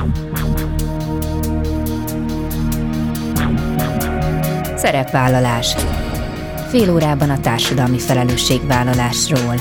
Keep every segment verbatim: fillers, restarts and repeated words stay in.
Szerepvállalás. Fél órában a társadalmi felelősségvállalásról.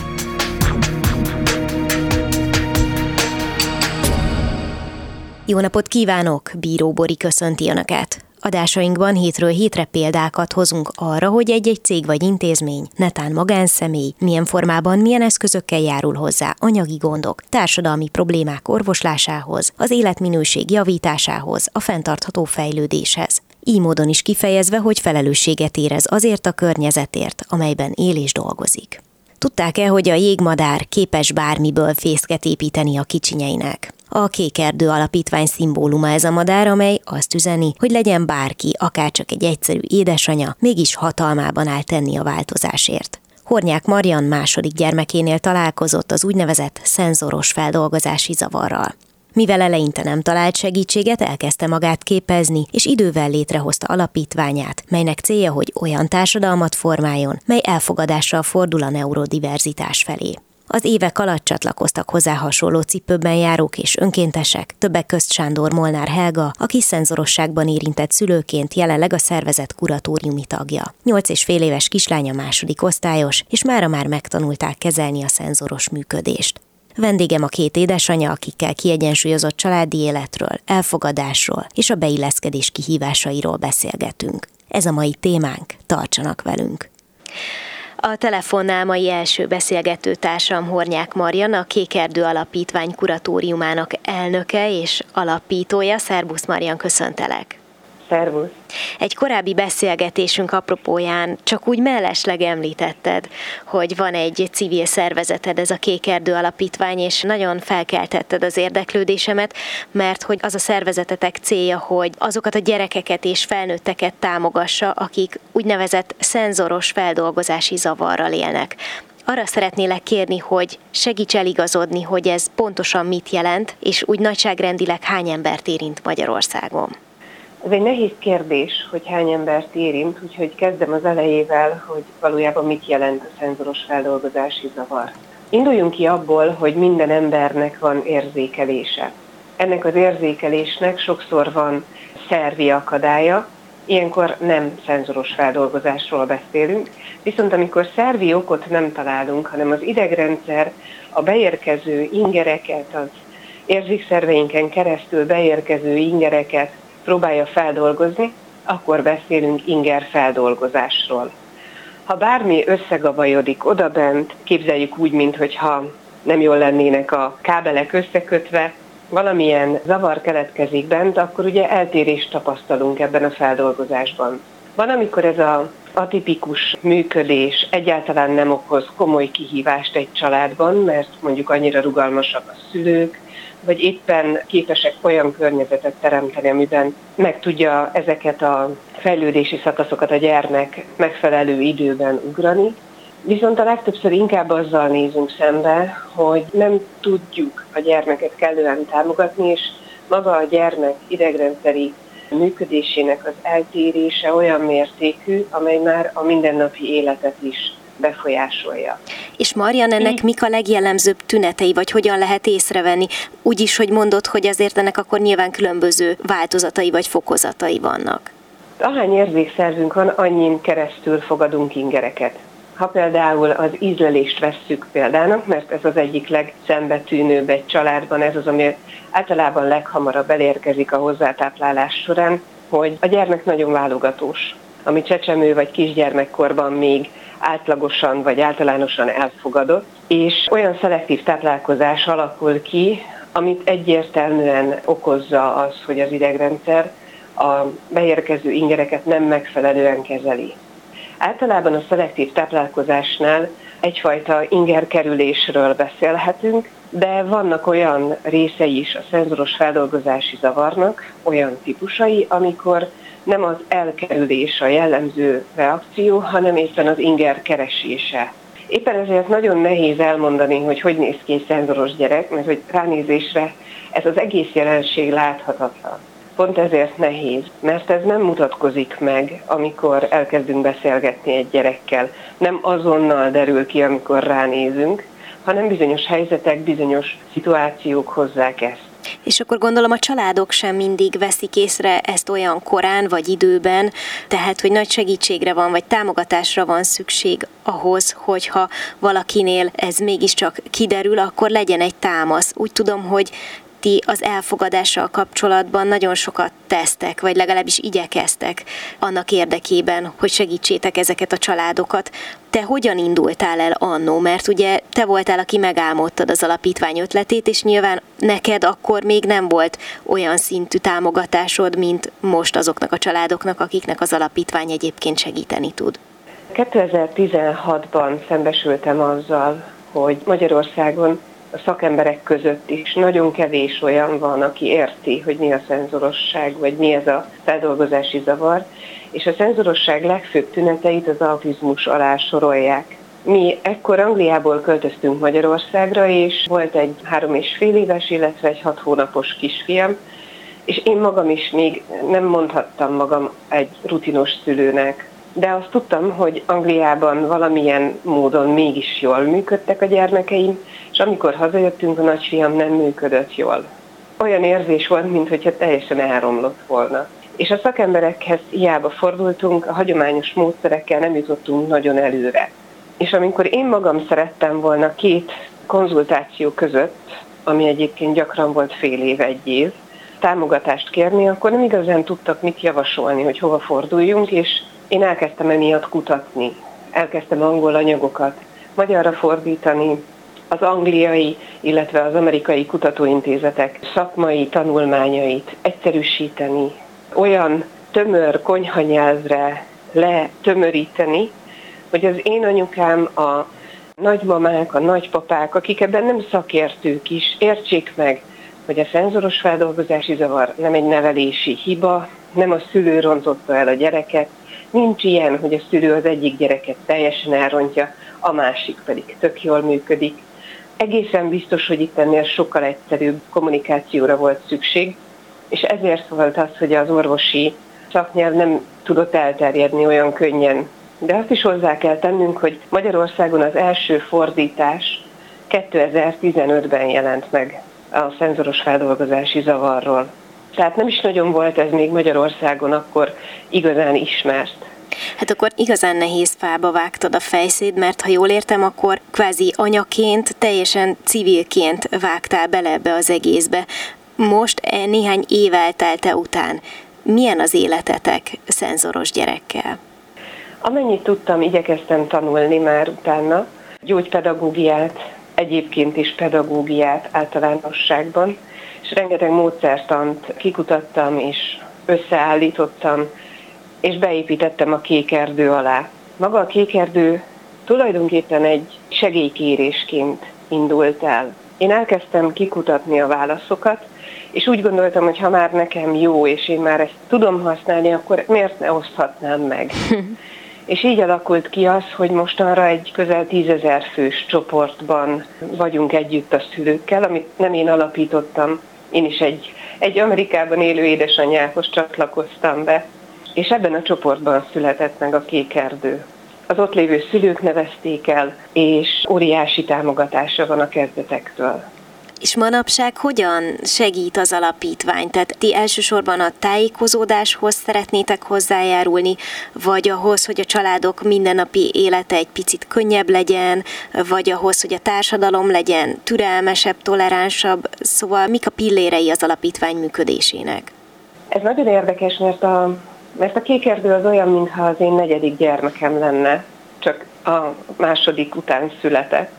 Jó napot kívánok! Bíró Bori köszönti Önöket! Adásainkban hétről hétre példákat hozunk arra, hogy egy-egy cég vagy intézmény, netán magánszemély, milyen formában, milyen eszközökkel járul hozzá anyagi gondok, társadalmi problémák orvoslásához, az életminőség javításához, a fenntartható fejlődéshez. Így módon is kifejezve, hogy felelősséget érez azért a környezetért, amelyben él és dolgozik. Tudták-e, hogy a jégmadár képes bármiből fészket építeni a kicsinyeinek? A Kékerdő Alapítvány szimbóluma ez a madár, amely azt üzeni, hogy legyen bárki, akárcsak egy egyszerű édesanya, mégis hatalmában áll tenni a változásért. Hornyák Marian második gyermekénél találkozott az úgynevezett szenzoros feldolgozási zavarral. Mivel eleinte nem talált segítséget, elkezdte magát képezni, és idővel létrehozta alapítványát, melynek célja, hogy olyan társadalmat formáljon, mely elfogadással fordul a neurodiverzitás felé. Az évek alatt csatlakoztak hozzá hasonló cipőben járók és önkéntesek, többek közt Sándor Molnár Helga, aki szenzorosságban érintett szülőként jelenleg a szervezet kuratóriumi tagja. Nyolc és fél éves kislánya második osztályos, és mára már megtanulták kezelni a szenzoros működést. Vendégem a két édesanyja, akikkel kiegyensúlyozott családi életről, elfogadásról és a beilleszkedés kihívásairól beszélgetünk. Ez a mai témánk, tartsanak velünk! A telefonnál mai első beszélgető társam Hornyák Marian, a Kékerdő Alapítvány kuratóriumának elnöke és alapítója. Szerbusz Marian, köszöntelek! Szervusz! Egy korábbi beszélgetésünk apropóján csak úgy mellesleg említetted, hogy van egy civil szervezeted, ez a Kékerdő Alapítvány, és nagyon felkeltetted az érdeklődésemet, mert hogy az a szervezetetek célja, hogy azokat a gyerekeket és felnőtteket támogassa, akik úgynevezett szenzoros feldolgozási zavarral élnek. Arra szeretnélek kérni, hogy segíts eligazodni, hogy ez pontosan mit jelent, és úgy nagyságrendileg hány embert érint Magyarországon. Ez egy nehéz kérdés, hogy hány embert érint, úgyhogy kezdem az elejével, hogy valójában mit jelent a szenzoros feldolgozási zavar. Induljunk ki abból, hogy minden embernek van érzékelése. Ennek az érzékelésnek sokszor van szervi akadálya, ilyenkor nem szenzoros feldolgozásról beszélünk, viszont amikor szervi okot nem találunk, hanem az idegrendszer a beérkező ingereket, az érzékszerveinken keresztül beérkező ingereket próbálja feldolgozni, akkor beszélünk ingerfeldolgozásról. Ha bármi összegavajodik odabent, képzeljük úgy, mintha nem jól lennének a kábelek összekötve, valamilyen zavar keletkezik bent, akkor ugye eltérést tapasztalunk ebben a feldolgozásban. Van, amikor ez az atipikus működés egyáltalán nem okoz komoly kihívást egy családban, mert mondjuk annyira rugalmasak a szülők, vagy éppen képesek olyan környezetet teremteni, amiben meg tudja ezeket a fejlődési szakaszokat a gyermek megfelelő időben ugrani. Viszont a legtöbbször inkább azzal nézünk szembe, hogy nem tudjuk a gyermeket kellően támogatni, és maga a gyermek idegrendszeri működésének az eltérése olyan mértékű, amely már a mindennapi életet is befolyásolja. És Marian, ennek Így. mik a legjellemzőbb tünetei, vagy hogyan lehet észrevenni? Úgy is, hogy mondod, hogy azért ennek akkor nyilván különböző változatai vagy fokozatai vannak. Ahány érzékszervünk van, annyin keresztül fogadunk ingereket. Ha például az ízlelést vesszük példának, mert ez az egyik legszembetűnőbb egy családban, ez az, ami általában leghamarabb elérkezik a hozzátáplálás során, hogy a gyermek nagyon válogatós. Ami csecsemő vagy kisgyermekkorban még átlagosan vagy általánosan elfogadott, és olyan szelektív táplálkozás alakul ki, amit egyértelműen okozza az, hogy az idegrendszer a beérkező ingereket nem megfelelően kezeli. Általában a szelektív táplálkozásnál egyfajta ingerkerülésről beszélhetünk, de vannak olyan részei is a szenzoros feldolgozási zavarnak, olyan típusai, amikor nem az elkerülés a jellemző reakció, hanem éppen az inger keresése. Éppen ezért nagyon nehéz elmondani, hogy hogy néz ki egy szenzoros gyerek, mert hogy ránézésre ez az egész jelenség láthatatlan. Pont ezért nehéz, mert ez nem mutatkozik meg, amikor elkezdünk beszélgetni egy gyerekkel. Nem azonnal derül ki, amikor ránézünk, hanem bizonyos helyzetek, bizonyos szituációk hozzák ezt. És akkor gondolom a családok sem mindig veszik észre ezt olyan korán vagy időben, tehát hogy nagy segítségre van, vagy támogatásra van szükség ahhoz, hogyha valakinél ez mégiscsak kiderül, akkor legyen egy támasz. Úgy tudom, hogy ti az elfogadással kapcsolatban nagyon sokat tesztek, vagy legalábbis igyekeztek annak érdekében, hogy segítsétek ezeket a családokat. Te hogyan indultál el annó? Mert ugye te voltál, aki megálmodtad az alapítvány ötletét, és nyilván neked akkor még nem volt olyan szintű támogatásod, mint most azoknak a családoknak, akiknek az alapítvány egyébként segíteni tud. kétezer-tizenhatban szembesültem azzal, hogy Magyarországon a szakemberek között is nagyon kevés olyan van, aki érti, hogy mi a szenzorosság, vagy mi ez a feldolgozási zavar, és a szenzorosság legfőbb tüneteit az autizmus alá sorolják. Mi ekkor Angliából költöztünk Magyarországra, és volt egy három és fél éves, illetve egy hat hónapos kisfiam, és én magam is még nem mondhattam magam egy rutinos szülőnek, de azt tudtam, hogy Angliában valamilyen módon mégis jól működtek a gyermekeim, és amikor hazajöttünk, a nagyfiam nem működött jól. Olyan érzés volt, mintha teljesen elromlott volna. És a szakemberekhez hiába fordultunk, a hagyományos módszerekkel nem jutottunk nagyon előre. És amikor én magam szerettem volna két konzultáció között, ami egyébként gyakran volt fél év, egy év, támogatást kérni, akkor nem igazán tudtak mit javasolni, hogy hova forduljunk, és én elkezdtem emiatt kutatni. Elkezdtem angol anyagokat magyarra fordítani, az angliai, illetve az amerikai kutatóintézetek szakmai tanulmányait egyszerűsíteni, olyan tömör konyhanyelvre letömöríteni, hogy az én anyukám, a nagymamák, a nagypapák, akik ebben nem szakértők is, értsék meg, hogy a szenzoros feldolgozási zavar nem egy nevelési hiba, nem a szülő rontotta el a gyereket, nincs ilyen, hogy a szülő az egyik gyereket teljesen elrontja, a másik pedig tök jól működik. Egészen biztos, hogy itt ennél sokkal egyszerűbb kommunikációra volt szükség, és ezért volt az, hogy az orvosi szaknyelv nem tudott elterjedni olyan könnyen. De azt is hozzá kell tennünk, hogy Magyarországon az első fordítás kétezer-tizenötben jelent meg a szenzoros feldolgozási zavarról. Tehát nem is nagyon volt ez még Magyarországon akkor igazán ismert. Hát akkor igazán nehéz fába vágtad a fejszéd, mert ha jól értem, akkor kvázi anyaként, teljesen civilként vágtál bele ebbe az egészbe. Most néhány év eltelte után milyen az életetek szenzoros gyerekkel? Amennyit tudtam, igyekeztem tanulni már utána, gyógypedagógiát, egyébként is pedagógiát általánosságban, és rengeteg módszertant kikutattam és összeállítottam, és beépítettem a kék erdő alá. Maga a kék erdő tulajdonképpen egy segélykérésként indult el. Én elkezdtem kikutatni a válaszokat, és úgy gondoltam, hogy ha már nekem jó, és én már ezt tudom használni, akkor miért ne oszthatnám meg? És így alakult ki az, hogy mostanra egy közel tízezer fős csoportban vagyunk együtt a szülőkkel, amit nem én alapítottam, én is egy, egy Amerikában élő édesanyjához csatlakoztam be, és ebben a csoportban született meg a kék erdő. Az ott lévő szülők nevezték el, és óriási támogatása van a kezdetektől. És manapság hogyan segít az alapítvány? Tehát ti elsősorban a tájékozódáshoz szeretnétek hozzájárulni, vagy ahhoz, hogy a családok mindennapi élete egy picit könnyebb legyen, vagy ahhoz, hogy a társadalom legyen türelmesebb, toleránsabb, szóval mik a pillérei az alapítvány működésének? Ez nagyon érdekes, mert a, mert a kék erdő az olyan, mintha az én negyedik gyermekem lenne, csak a második után született,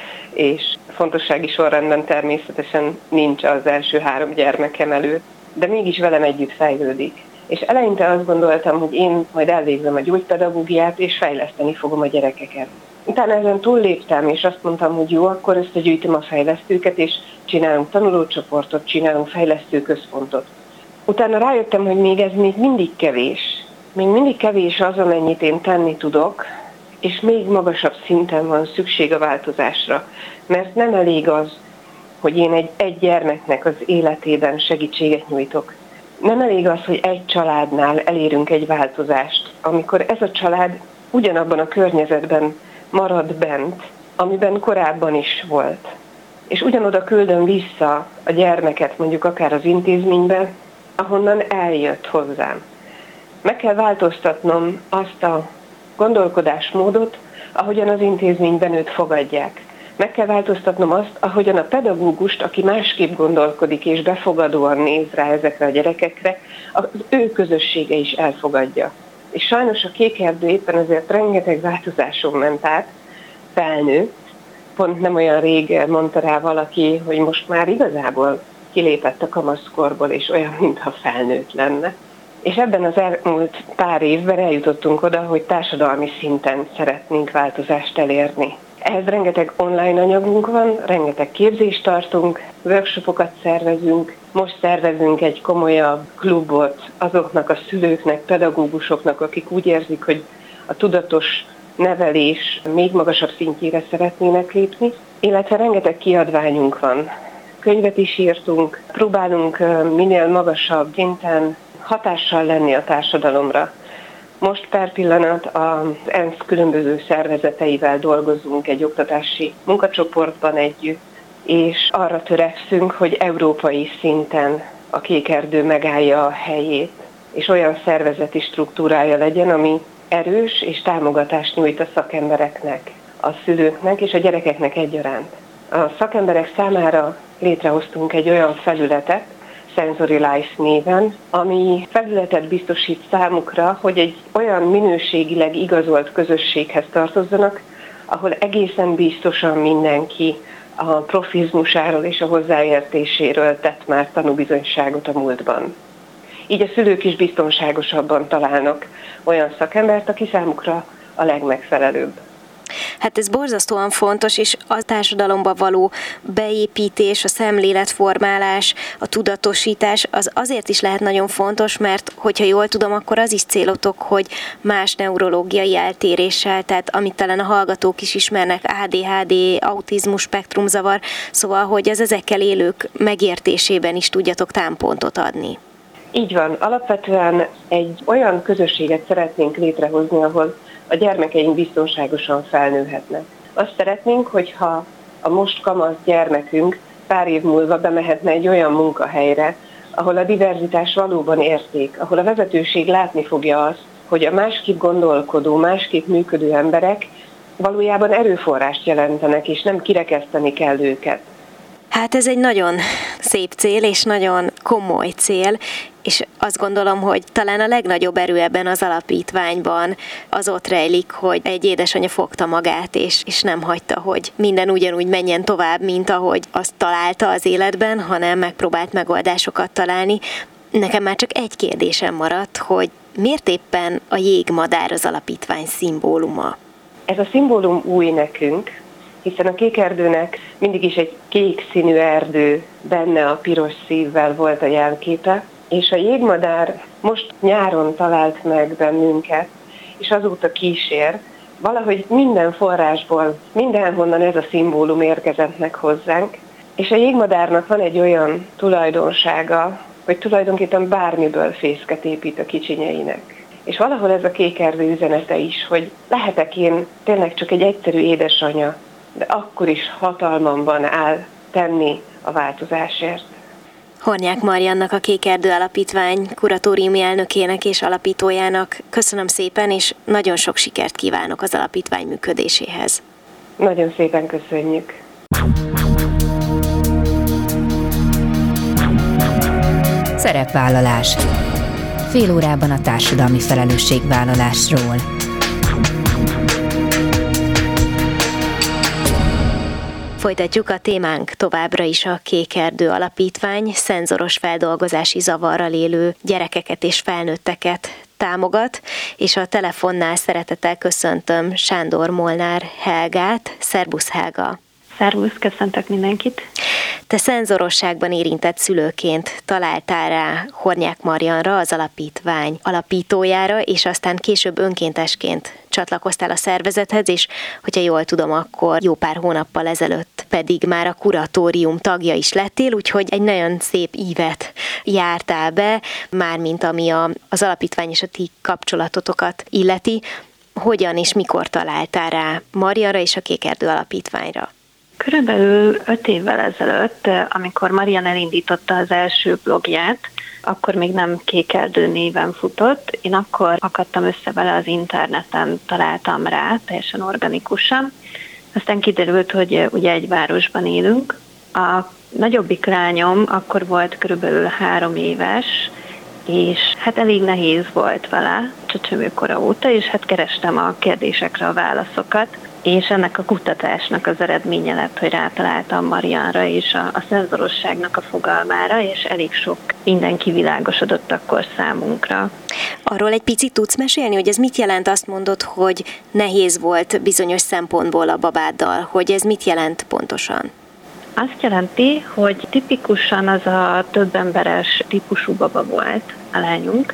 és fontossági sorrendben természetesen nincs az első három gyermekem előtt, de mégis velem együtt fejlődik. És eleinte azt gondoltam, hogy én majd elvégzem a gyógypedagógiát, és fejleszteni fogom a gyerekeket. Utána ezen túlléptem, és azt mondtam, hogy jó, akkor összegyűjtöm a fejlesztőket, és csinálunk tanulócsoportot, csinálunk fejlesztőközpontot. Utána rájöttem, hogy még ez még mindig kevés. Még mindig kevés az, amennyit én tenni tudok, és még magasabb szinten van szükség a változásra. Mert nem elég az, hogy én egy, egy gyermeknek az életében segítséget nyújtok. Nem elég az, hogy egy családnál elérünk egy változást, amikor ez a család ugyanabban a környezetben marad bent, amiben korábban is volt. és ugyanoda küldöm vissza a gyermeket, mondjuk akár az intézménybe, ahonnan eljött hozzám. Meg kell változtatnom azt a gondolkodásmódot, ahogyan az intézményben őt fogadják. Meg kell változtatnom azt, ahogyan a pedagógust, aki másképp gondolkodik és befogadóan néz rá ezekre a gyerekekre, az ő közössége is elfogadja. És sajnos a Kék Erdő éppen azért rengeteg változáson ment át, felnő. Pont nem olyan rég mondta rá valaki, hogy most már igazából kilépett a kamaszkorból, és olyan, mintha felnőtt lenne. És ebben az elmúlt pár évben eljutottunk oda, hogy társadalmi szinten szeretnénk változást elérni. Ehhez rengeteg online anyagunk van, rengeteg képzést tartunk, workshopokat szervezünk, most szervezünk egy komolyabb klubot azoknak a szülőknek, pedagógusoknak, akik úgy érzik, hogy a tudatos nevelés még magasabb szintjére szeretnének lépni, illetve rengeteg kiadványunk van. Könyvet is írtunk, próbálunk minél magasabb szinten hatással lenni a társadalomra. Most per pillanat az ENSZ különböző szervezeteivel dolgozunk egy oktatási munkacsoportban együtt, és arra törekszünk, hogy európai szinten a Kék Erdő megállja a helyét, és olyan szervezeti struktúrája legyen, ami erős és támogatást nyújt a szakembereknek, a szülőknek és a gyerekeknek egyaránt. A szakemberek számára létrehoztunk egy olyan felületet, Sensory Life néven, ami felületet biztosít számukra, hogy egy olyan minőségileg igazolt közösséghez tartozzanak, ahol egészen biztosan mindenki a profizmusáról és a hozzáértéséről tett már tanúbizonyságot a múltban. Így a szülők is biztonságosabban találnak olyan szakembert, aki számukra a legmegfelelőbb. Hát ez borzasztóan fontos, és a társadalomba való beépítés, a szemléletformálás, a tudatosítás az azért is lehet nagyon fontos, mert hogyha jól tudom, akkor az is célotok, hogy más neurológiai eltéréssel, tehát amit talán a hallgatók is ismernek, á dé há dé, autizmus spektrumzavar, szóval, hogy az ezekkel élők megértésében is tudjatok támpontot adni. Így van. Alapvetően egy olyan közösséget szeretnénk létrehozni, ahol a gyermekeink biztonságosan felnőhetnek. Azt szeretnénk, hogyha a most kamasz gyermekünk pár év múlva bemehetne egy olyan munkahelyre, ahol a diverzitás valóban érték, ahol a vezetőség látni fogja azt, hogy a másképp gondolkodó, másképp működő emberek valójában erőforrást jelentenek, és nem kirekeszteni kell őket. Hát ez egy nagyon szép cél, és nagyon komoly cél, és azt gondolom, hogy talán a legnagyobb erő ebben az alapítványban az ott rejlik, hogy egy édesanyja fogta magát, és, és nem hagyta, hogy minden ugyanúgy menjen tovább, mint ahogy azt találta az életben, hanem megpróbált megoldásokat találni. Nekem már csak egy kérdésem maradt, hogy miért éppen a jégmadár az alapítvány szimbóluma? Ez a szimbólum új nekünk, hiszen a Kék Erdőnek mindig is egy kék színű erdő, benne a piros szívvel volt a jelképe, és a jégmadár most nyáron talált meg bennünket, és azóta kísér. Valahogy minden forrásból, mindenhonnan ez a szimbólum érkezett meg hozzánk, és a jégmadárnak van egy olyan tulajdonsága, hogy tulajdonképpen bármiből fészket épít a kicsinyeinek. És valahol ez a Kék Erdő üzenete is, hogy lehetek én tényleg csak egy egyszerű édesanya, de akkor is hatalmamban áll tenni a változásért. Hornyák Mariannak, a Kék Erdő Alapítvány kuratóriumi elnökének és alapítójának köszönöm szépen, és nagyon sok sikert kívánok az alapítvány működéséhez. Nagyon szépen köszönjük. Szerepvállalás. Fél órában a társadalmi felelősségvállalásról. Folytatjuk a témánk továbbra is a Kék Erdő Alapítvány szenzoros feldolgozási zavarral élő gyerekeket és felnőtteket támogat, és a telefonnál szeretettel köszöntöm Sándor Molnár Helgát. Szerbusz Helga! Szervusz, köszöntök mindenkit! Te szenzorosságban érintett szülőként találtál rá Hornyák Marianra, az alapítvány alapítójára, és aztán később önkéntesként csatlakoztál a szervezethez, és hogyha jól tudom, akkor jó pár hónappal ezelőtt pedig már a kuratórium tagja is lettél, úgyhogy egy nagyon szép ívet jártál be, mármint ami a, az alapítvány és a ti kapcsolatotokat illeti. Hogyan és mikor találtál rá Marianra és a Kék Erdő Alapítványra? Körülbelül öt évvel ezelőtt, amikor Marian elindította az első blogját, akkor még nem Kékeldő néven futott. Én akkor akadtam össze vele az interneten, találtam rá, teljesen organikusan. Aztán kiderült, hogy ugye egy városban élünk. A nagyobbik lányom akkor volt körülbelül három éves, és hát elég nehéz volt vele csecsemőkora óta, és hát kerestem a kérdésekre a válaszokat, és ennek a kutatásnak az eredménye lett, hogy rátaláltam Marianra és a, a szenzorosságnak a fogalmára, és elég sok minden kivilágosodott akkor számunkra. Arról egy picit tudsz mesélni, hogy ez mit jelent? Azt mondod, hogy nehéz volt bizonyos szempontból a babáddal, hogy ez mit jelent pontosan? Azt jelenti, hogy tipikusan az a több emberes típusú baba volt a lányunk,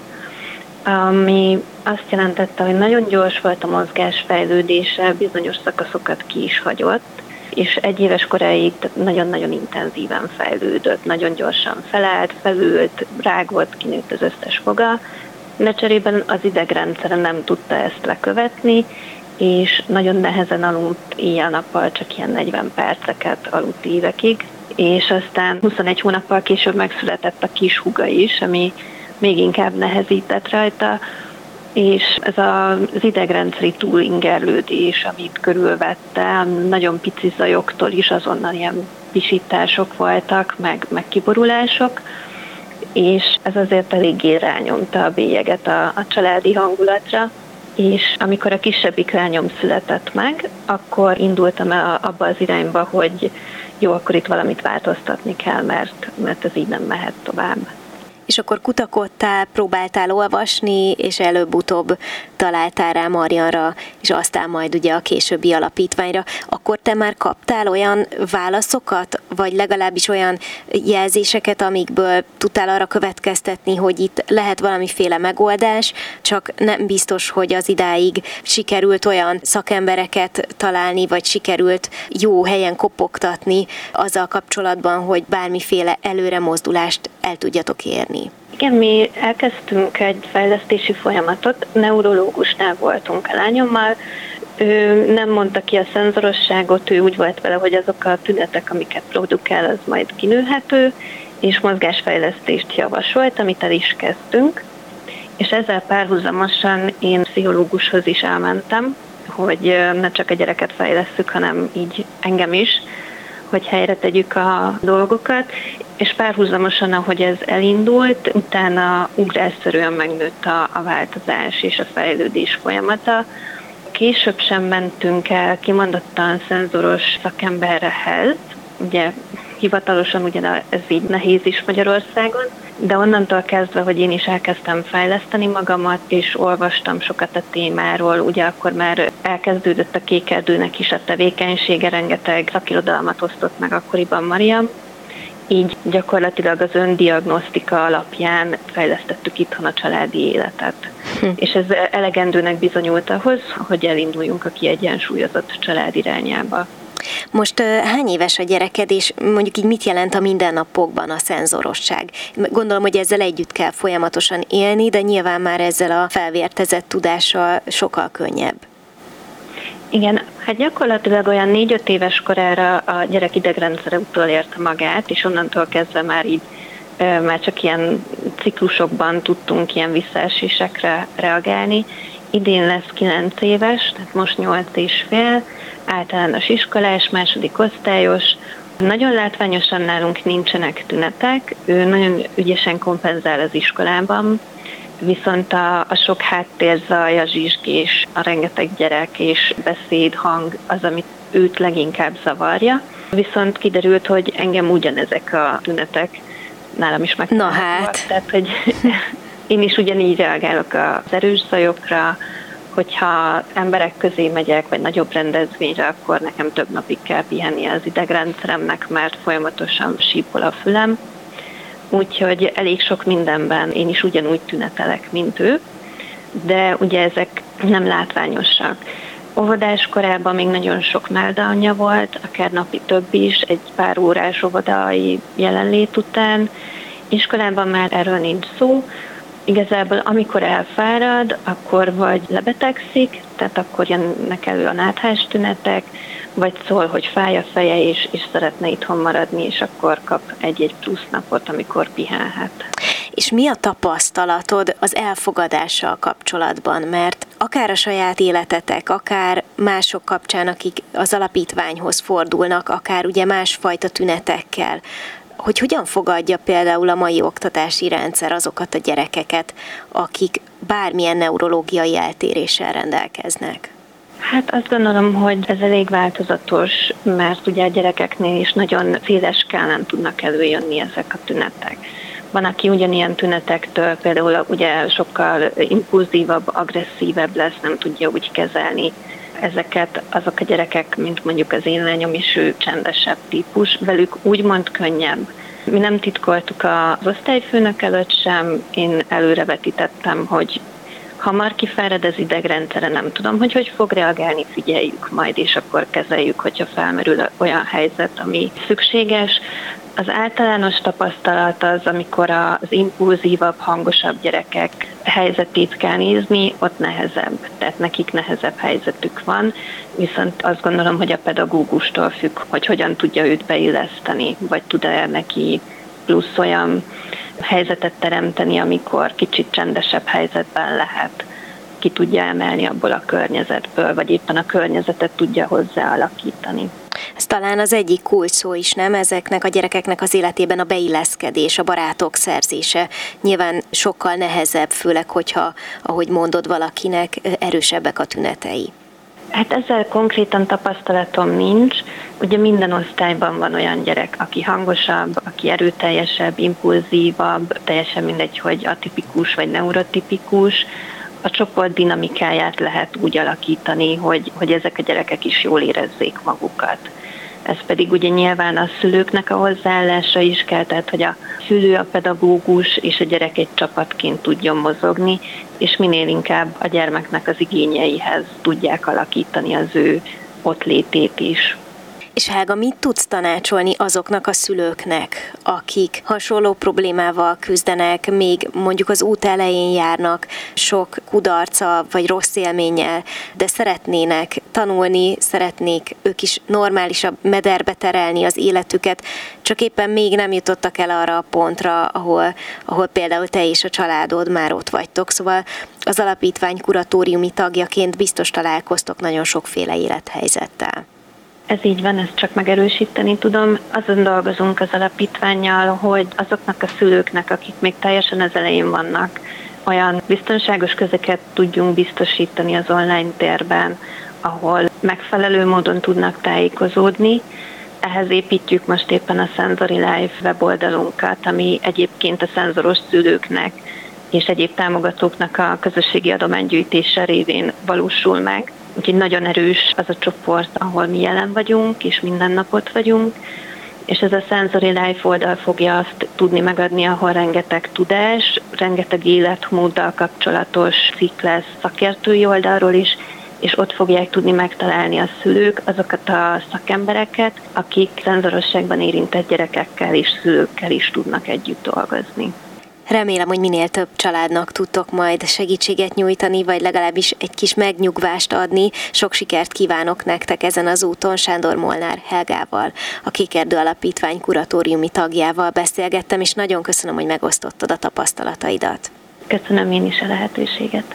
ami azt jelentette, hogy nagyon gyors volt a mozgásfejlődése, bizonyos szakaszokat ki is hagyott, és egy éves koráig nagyon-nagyon intenzíven fejlődött, nagyon gyorsan felállt, felült, rágott, kinőtt az összes foga, de cserében az idegrendszere nem tudta ezt lekövetni, és nagyon nehezen aludt éjjel-nappal, csak ilyen negyven perceket aludt évekig, és aztán huszonegy hónappal később megszületett a kis húga is, ami még inkább nehezített rajta, és ez az idegrendszeri túlingerlődés, amit körülvette, nagyon pici zajoktól is azonnal ilyen pisítások voltak, meg, meg kiborulások, és ez azért eléggé rányomta a bélyeget a, a családi hangulatra, és amikor a kisebbik lányom született meg, akkor indultam el abba az irányba, hogy jó, akkor itt valamit változtatni kell, mert, mert ez így nem mehet tovább. És akkor kutakodtál, próbáltál olvasni, és előbb-utóbb találtál rá Marianra, és aztán majd ugye a későbbi alapítványra. Akkor te már kaptál olyan válaszokat, vagy legalábbis olyan jelzéseket, amikből tudtál arra következtetni, hogy itt lehet valamiféle megoldás, csak nem biztos, hogy az idáig sikerült olyan szakembereket találni, vagy sikerült jó helyen kopogtatni azzal kapcsolatban, hogy bármiféle előremozdulást el tudjatok érni. Igen, mi elkezdtünk egy fejlesztési folyamatot, neurológusnál voltunk a lányommal, ő nem mondta ki a szenzorosságot, ő úgy volt vele, hogy azok a tünetek, amiket produkál, az majd kinőhető, és mozgásfejlesztést javasolt, amit el is kezdtünk, és ezzel párhuzamosan én pszichológushoz is elmentem, hogy ne csak a gyereket fejlesszük, hanem így engem is, hogy helyre tegyük a dolgokat, és párhuzamosan, ahogy ez elindult, utána ugrásszerűen megnőtt a, a változás és a fejlődés folyamata. Később sem mentünk el kimondottan szenzoros szakemberhez, ugye hivatalosan ugye ez így nehéz is Magyarországon, de onnantól kezdve, hogy én is elkezdtem fejleszteni magamat, és olvastam sokat a témáról, ugye akkor már elkezdődött a Kékeldőnek is a tevékenysége, rengeteg szakirodalmat osztott meg akkoriban Marian, így gyakorlatilag az öndiagnosztika alapján fejlesztettük itthon a családi életet. Hm. És ez elegendőnek bizonyult ahhoz, hogy elinduljunk a kiegyensúlyozott család irányába. Most uh, hány éves a gyereked, és mondjuk így mit jelent a mindennapokban a szenzorosság? Gondolom, hogy ezzel együtt kell folyamatosan élni, de nyilván már ezzel a felvértezett tudással sokkal könnyebb. Igen, hát gyakorlatilag olyan négy-öt éves korára a gyerek idegrendszere utolérte magát, és onnantól kezdve már így uh, már csak ilyen ciklusokban tudtunk ilyen visszaesésekre reagálni. Idén lesz kilenc éves, tehát most nyolc és fél, általános iskolás, második osztályos. Nagyon látványosan nálunk nincsenek tünetek, ő nagyon ügyesen kompenzál az iskolában, viszont a, a sok háttérzaj, a zsizsgés, a rengeteg gyerek és beszédhang az, amit őt leginkább zavarja. Viszont kiderült, hogy engem ugyanezek a tünetek nálam is megtalálhatóak. Na hát. Tehát, hogy én is ugyanígy reagálok az erős zajokra, hogyha emberek közé megyek, vagy nagyobb rendezvényre, akkor nekem több napig kell pihenni az idegrendszeremnek, mert folyamatosan sípol a fülem. Úgyhogy elég sok mindenben én is ugyanúgy tünetelek, mint ő, de ugye ezek nem látványosak. Óvodás korában még nagyon sok meldanyja volt, akár napi több is, egy pár órás óvodai jelenlét után. Iskolában már erről nincs szó, Igazából amikor elfárad, akkor vagy lebetegszik, tehát akkor jönnek elő a náthás tünetek, vagy szól, hogy fáj a feje, és, és szeretne itthon maradni, és akkor kap egy-egy plusz napot, amikor pihenhet. És mi a tapasztalatod az elfogadással kapcsolatban? Mert akár a saját életetek, akár mások kapcsán, akik az alapítványhoz fordulnak, akár ugye másfajta tünetekkel, hogy hogyan fogadja például a mai oktatási rendszer azokat a gyerekeket, akik bármilyen neurológiai eltéréssel rendelkeznek? Hát azt gondolom, hogy ez elég változatos, mert ugye a gyerekeknél is nagyon széles skálán tudnak előjönni ezek a tünetek. Van, aki ugyanilyen tünetektől például ugye sokkal impulzívabb, agresszívebb lesz, nem tudja úgy kezelni ezeket azok a gyerekek, mint mondjuk az én lányom is, ő csendesebb típus, velük úgymond könnyebb. Mi nem titkoltuk az osztályfőnök előtt sem, én előrevetítettem, hogy hamar kifárad az idegrendszere, nem tudom, hogy hogy fog reagálni, figyeljük majd, és akkor kezeljük, hogyha felmerül olyan helyzet, ami szükséges. Az általános tapasztalat az, amikor az impulzívabb, hangosabb gyerekek helyzetét kell nézni, ott nehezebb, tehát nekik nehezebb helyzetük van, viszont azt gondolom, hogy a pedagógustól függ, hogy hogyan tudja őt beilleszteni, vagy tud-e neki plusz olyan helyzetet teremteni, amikor kicsit csendesebb helyzetben lehet, ki tudja emelni abból a környezetből, vagy éppen a környezetet tudja hozzá alakítani. Ez talán az egyik kulcs szó is, nem? Ezeknek a gyerekeknek az életében a beilleszkedés, a barátok szerzése nyilván sokkal nehezebb, főleg, hogyha, ahogy mondod, valakinek erősebbek a tünetei. Hát ezzel konkrétan tapasztalatom nincs. Ugye minden osztályban van olyan gyerek, aki hangosabb, aki erőteljesebb, impulzívabb, teljesen mindegy, hogy atipikus vagy neurotipikus. A csoport dinamikáját lehet úgy alakítani, hogy, hogy ezek a gyerekek is jól érezzék magukat. Ez pedig ugye nyilván a szülőknek a hozzáállása is kell, tehát hogy a szülő, a pedagógus és a gyerek egy csapatként tudjon mozogni, és minél inkább a gyermeknek az igényeihez tudják alakítani az ő ott létét is. És Helga, mit tudsz tanácsolni azoknak a szülőknek, akik hasonló problémával küzdenek, még mondjuk az út elején járnak, sok kudarca vagy rossz élménnyel, de szeretnének tanulni, szeretnék ők is normálisabb mederbe terelni az életüket, csak éppen még nem jutottak el arra a pontra, ahol, ahol például te és a családod már ott vagytok, szóval az alapítvány kuratóriumi tagjaként biztos találkoztok nagyon sokféle élethelyzettel. Ez így van, ezt csak megerősíteni tudom. Azon dolgozunk az alapítvánnyal, hogy azoknak a szülőknek, akik még teljesen az elején vannak, olyan biztonságos közeket tudjunk biztosítani az online térben, ahol megfelelő módon tudnak tájékozódni. Ehhez építjük most éppen a Sensory Life weboldalunkat, ami egyébként a szenzoros szülőknek és egyéb támogatóknak a közösségi adománygyűjtése révén valósul meg. Úgyhogy nagyon erős az a csoport, ahol mi jelen vagyunk, és minden nap ott vagyunk, és ez a Sensory Life oldal fogja azt tudni megadni, ahol rengeteg tudás, rengeteg életmóddal kapcsolatos cikk lesz szakértői oldalról is, és ott fogják tudni megtalálni a szülők azokat a szakembereket, akik szenzorosságban érintett gyerekekkel és szülőkkel is tudnak együtt dolgozni. Remélem, hogy minél több családnak tudtok majd segítséget nyújtani, vagy legalábbis egy kis megnyugvást adni. Sok sikert kívánok nektek ezen az úton. Sándor Molnár Helgával, a Kékerdő Alapítvány kuratóriumi tagjával beszélgettem, és nagyon köszönöm, hogy megosztottad a tapasztalataidat. Köszönöm én is a lehetőséget.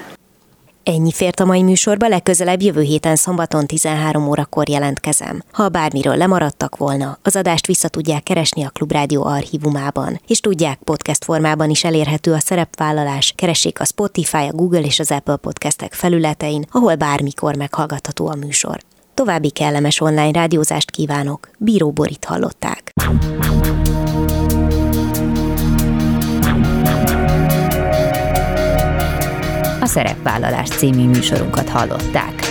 Ennyi fért a mai műsorba, legközelebb jövő héten szombaton tizenhárom órakor jelentkezem. Ha bármiről lemaradtak volna, az adást vissza tudják keresni a Klubrádió archívumában, és tudják, podcast formában is elérhető a szerepvállalás, keressék a Spotify, a Google és az Apple podcastek felületein, ahol bármikor meghallgatható a műsor. További kellemes online rádiózást kívánok, Bíró Borit hallották. A Szerepvállalás című műsorunkat hallották.